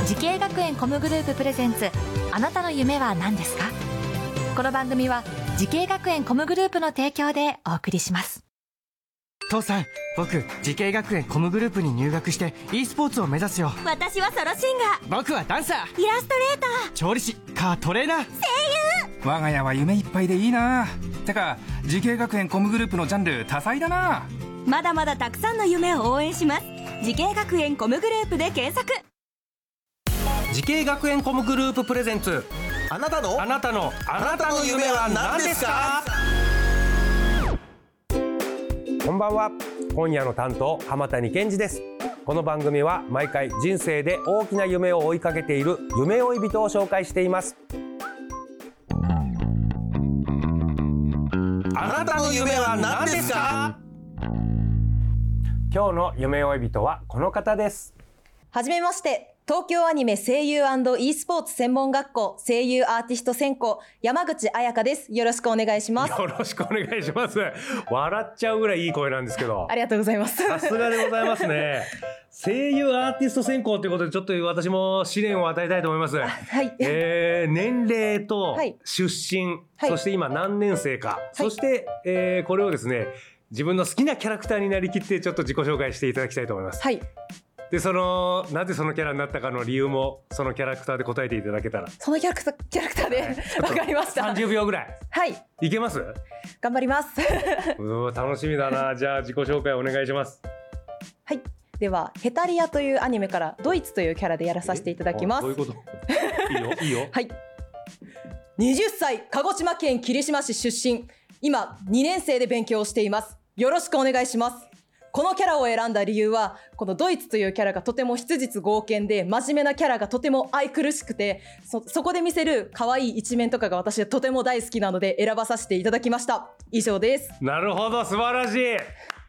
時系学園コムグループプレゼンツ、あなたの夢は何ですか？この番組は時系学園コムグループの提供でお送りします。 父さん、僕時系学園コムグループに入学して e スポーツを目指すよ。 私はソロシンガー、 僕はダンサー、 イラストレーター、 調理師、カートレーナー、声優。我が家は夢いっぱいでいいな。てか時系学園コムグループのジャンル多彩だな。 まだまだたくさんの夢を応援します。時系学園コムグループで検索。 時系学園コムグループプレゼンツ、 あなたの夢は何ですか？ こんばんは。今夜の担当浜谷健二です。この番組は毎回人生で大きな夢を追いかけている夢追い人を紹介しています。 あなたの夢は何ですか？ 今日の夢追い人はこの方です。 はじめまして。東京アニメ声優& e スポーツ専門学校声優アーティスト専攻山口彩香です。よろしくお願いします。 よろしくお願いします。笑っちゃうぐらいいい声なんですけど。 ありがとうございます。 さすがでございますね。声優アーティスト専攻ということでちょっと私も試練を与えたいと思います。 はい。 年齢と出身、 はい、 そして今何年生か、はい、そして、これをですね自分の好きなキャラクターになりきってちょっと自己紹介していただきたいと思います。 はい。でなぜそのキャラになったかの理由もそのキャラクターで答えていただけたら。 そのキャラクターでわかりました。 30秒ぐらい。 はい。 いけます？ 頑張ります。 楽しみだな。じゃあ自己紹介お願いします。 はい。ではヘタリアというアニメからドイツというキャラでやらさせていただきます。 どういうこと？いいよ。 はい。20歳、鹿児島県霧島市出身。今2年生で勉強をしています。よろしくお願いします。このキャラを選んだ理由は、このドイツというキャラがとても質実剛健で真面目なキャラがとても愛くるしくて、そこで見せる可愛い一面とかが私はとても大好きなので選ばさせていただきました。以上です。 なるほど、素晴らしい。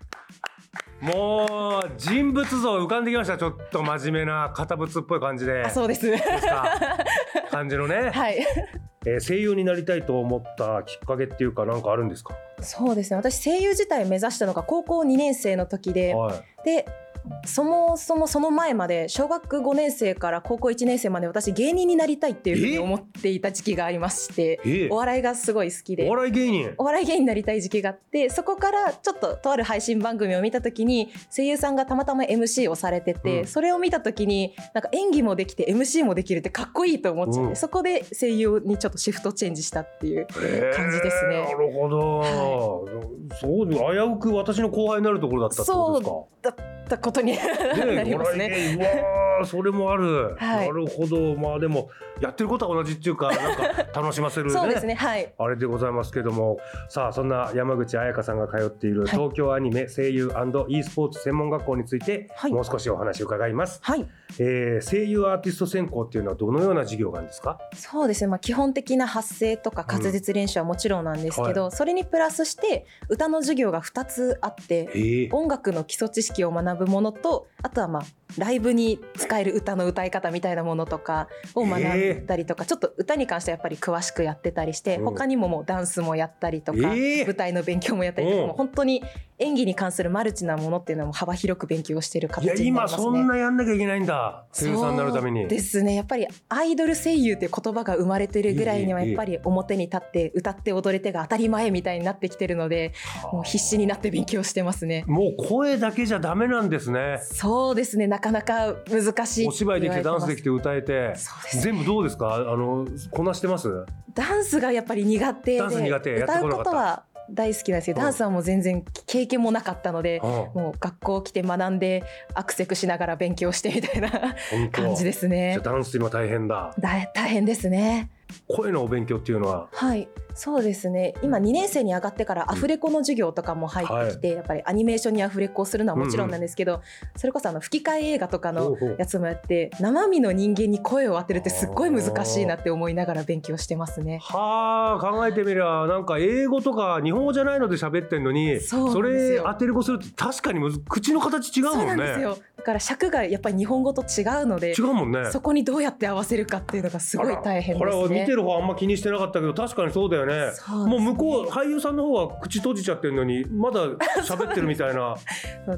もう人物像浮かんできました。ちょっと真面目な堅物っぽい感じで。 そうです。 ですか。感じのね。 はい。 声優になりたいと思ったきっかけっていうか何かあるんですか？ そうですね。私声優自体目指したのが高校2年生の時で、 はい、 でそもそもその前まで小学5年生から高校1年生まで私芸人になりたいっていうふうに思っていた時期がありまして、お笑いがすごい好きでお笑い芸人になりたい時期があって、そこからちょっととある配信番組を見た時に声優さんがたまたま MC をされてて、それを見た時になんか演技もできて MC もできるってかっこいいと思っちゃって、そこで声優にちょっとシフトチェンジしたっていう感じですね。 なるほど、はい、そう危うく私の後輩になるところだったってことですか？ そうだったことになりますね。 うわそれもある、 はい、 なるほど。まあでもやってることは同じっていうかなんか楽しませるねそうですね、はい、 あれでございますけども、さあそんな山口彩香さんが通っている東京アニメ声優& e スポーツ専門学校について、はい、もう少しお話を伺います。 はい。 声優アーティスト専攻っていうのはどのような授業があるんですか？ そうですね、基本的な発声とか滑舌練習はもちろんなんですけど、それにプラスして歌の授業が2つあって、音楽の基礎知識を学ぶものと、あとはライブに使える歌の歌い方みたいなものとかを学んだりとか、ちょっと歌に関してはやっぱり詳しくやってたりして、他にももうダンスもやったりとか、舞台の勉強もやったりとか、もう本当に演技に関するマルチなものっていうのも幅広く勉強している形になりますね。 いや今そんなやんなきゃいけないんだ、声優さんになるために。 そうですね、やっぱりアイドル声優っていう言葉が生まれてるぐらいにはやっぱり表に立って歌って踊れてが当たり前みたいになってきてるので、もう必死になって勉強してますね。 もう声だけじゃダメなんですね。 そうですね、なかなか難しい。 お芝居できてダンスできて歌えて、 そうですね、 全部どうですか？こなしてます？ ダンスがやっぱり苦手で、 ダンス苦手、やって歌うこなかった。 ことは大好きなんですけど、ダンスはもう全然経験もなかったので、もう学校来て学んでアクセクしながら勉強してみたいな感じですね。 じゃあダンス今大変だ。 大変ですね。 声のお勉強っていうのは？ はい、そうですね、今2年生に上がってからアフレコの授業とかも入ってきて、やっぱりアニメーションにアフレコをするのはもちろんなんですけど、それこそ吹き替え映画とかのやつもやって、生身の人間に声を当てるってすっごい難しいなって思いながら勉強してますね。 はあ、考えてみりゃなんか英語とか日本語じゃないので喋ってんのに、それ当てる子すると確かに口の形違うもんね。 そうなんですよ。だから尺がやっぱり日本語と違うので、 違うもんね。そこにどうやって合わせるかっていうのがすごい大変ですね。 これは見てる方あんま気にしてなかったけど確かにそうだよね。もう向こう俳優さんの方は口閉じちゃってるのにまだ喋ってるみたいな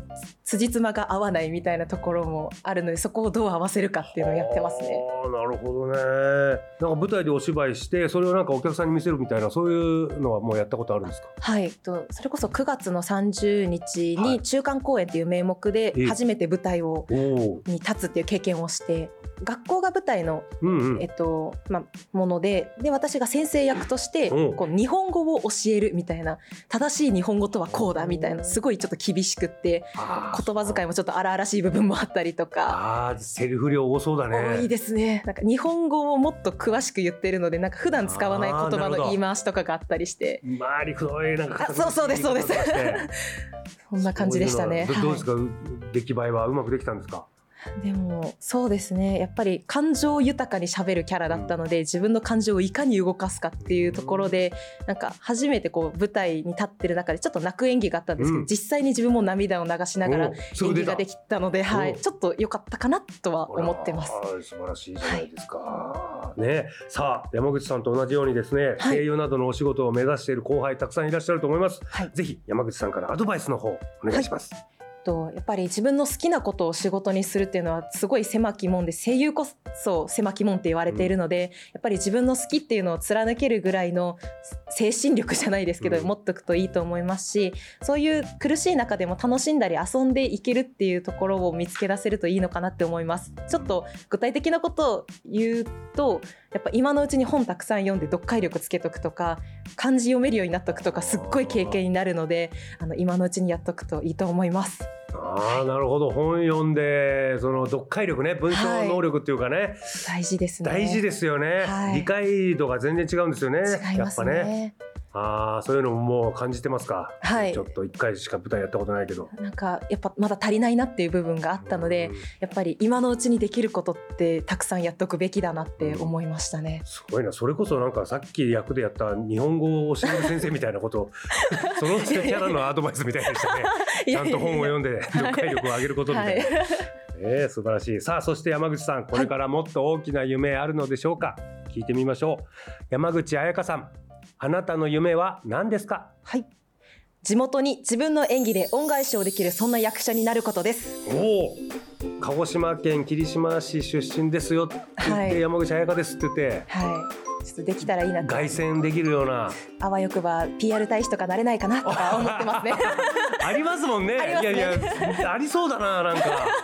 辻褄が合わないみたいなところもあるので、そこをどう合わせるかっていうのをやってますね。 なるほどね。なんか舞台でお芝居してそれをなんかお客さんに見せるみたいな、そういうのはもうやったことあるんですか？ はい、それこそ9月の30日に中間公演っていう名目で初めて舞台に立つっていう経験をして、学校が舞台の、もので私が先生役としてこう日本語を教えるみたいな、正しい日本語とはこうだみたいな、すごいちょっと厳しくって言葉遣いもちょっと荒々しい部分もあったりとか。 セリフ量多そうだね。 多いですね。なんか日本語をもっと詳しく言ってるので、なんか普段使わない言葉の言い回しとかがあったりして、 周りくどいなんかそうですそんな感じでしたね。 どうですか、出来栄えはうまくできたんですか？ でもそうですね、やっぱり感情豊かに喋るキャラだったので、自分の感情をいかに動かすかっていうところで、なんか初めてこう舞台に立ってる中でちょっと泣く演技があったんですけど、実際に自分も涙を流しながら演技ができたので、ちょっと良かったかなとは思ってます。 素晴らしいじゃないですか、ね。さあ山口さんと同じようにですね、声優などのお仕事を目指している後輩たくさんいらっしゃると思います。ぜひ山口さんからアドバイスの方お願いします。 やっぱり自分の好きなことを仕事にするっていうのはすごい狭き門で、声優こそ狭き門って言われているので、やっぱり自分の好きっていうのを貫けるぐらいの精神力じゃないですけど、持っとくといいと思いますし、そういう苦しい中でも楽しんだり遊んでいけるっていうところを見つけ出せるといいのかなって思います。ちょっと具体的なことを言うと、やっぱ今のうちに本たくさん読んで読解力つけとくとか、漢字読めるようになっとくとか、すっごい経験になるので、今のうちにやっとくといいと思います。 なるほど。本読んでその読解力ね、文章能力っていうかね、 大事ですね。 大事ですよね、理解度が全然違うんですよね。 違いますね。 やっぱね。そういうのももう感じてますか？ちょっと1回しか舞台やったことないけど、なんかやっぱまだ足りないなっていう部分があったので、やっぱり今のうちにできることってたくさんやっとくべきだなって思いましたね。 すごいな。それこそなんかさっき役でやった日本語を教える先生みたいなことそのキャラのアドバイスみたいでしたね。ちゃんと本を読んで読解力を上げることみたいな、素晴らしい。さあそして山口さん、これからもっと大きな夢あるのでしょうか？聞いてみましょう。山口彩香さん、あなたの夢は何ですか？ 地元に自分の演技で恩返しをできる、そんな役者になることです。 鹿児島県霧島市出身ですよって言って、山口彩香ですって言って、 ちょっとできたらいいなって。 凱旋できるような、 あわよくば PR 大使とかなれないかなとか思ってますね。 ありますもんね。いやありそうだな。なんか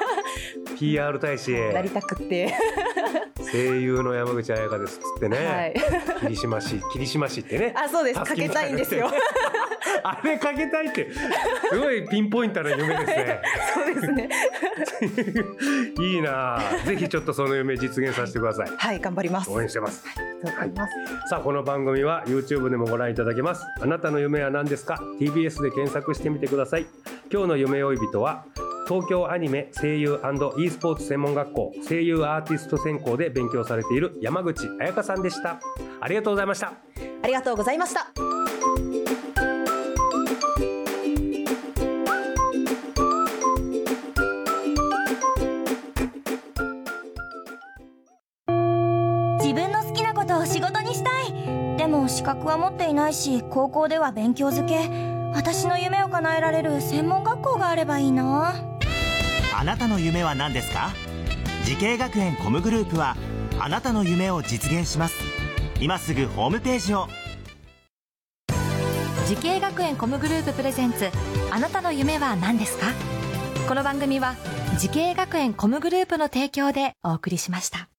PR 大使なりたくって声優の山口彩香ですっつってね、霧島市ってね。 そうです。かけたいんですよ。 あれかけたいってすごいピンポイントな夢ですね。 そうですね。 いいな。ぜひちょっとその夢実現させてください。 頑張ります。 応援してます。 頑張ります。 さあこの番組は YouTube でもご覧いただけます。あなたの夢は何ですか？ TBS で検索してみてください。今日の夢追い人は東京アニメ声優& e スポーツ専門学校声優アーティスト専攻で勉強されている山口彩香さんでした。ありがとうございました。 ありがとうございました。 自分の好きなことを仕事にしたい。でも資格は持っていないし、高校では勉強づけ。私の夢を叶えられる専門学校があればいいな。 あなたの夢は何ですか？時系学園コムグループはあなたの夢を実現します。今すぐホームページを。 時系学園コムグループプレゼンツ、あなたの夢は何ですか？この番組は時系学園コムグループの提供でお送りしました。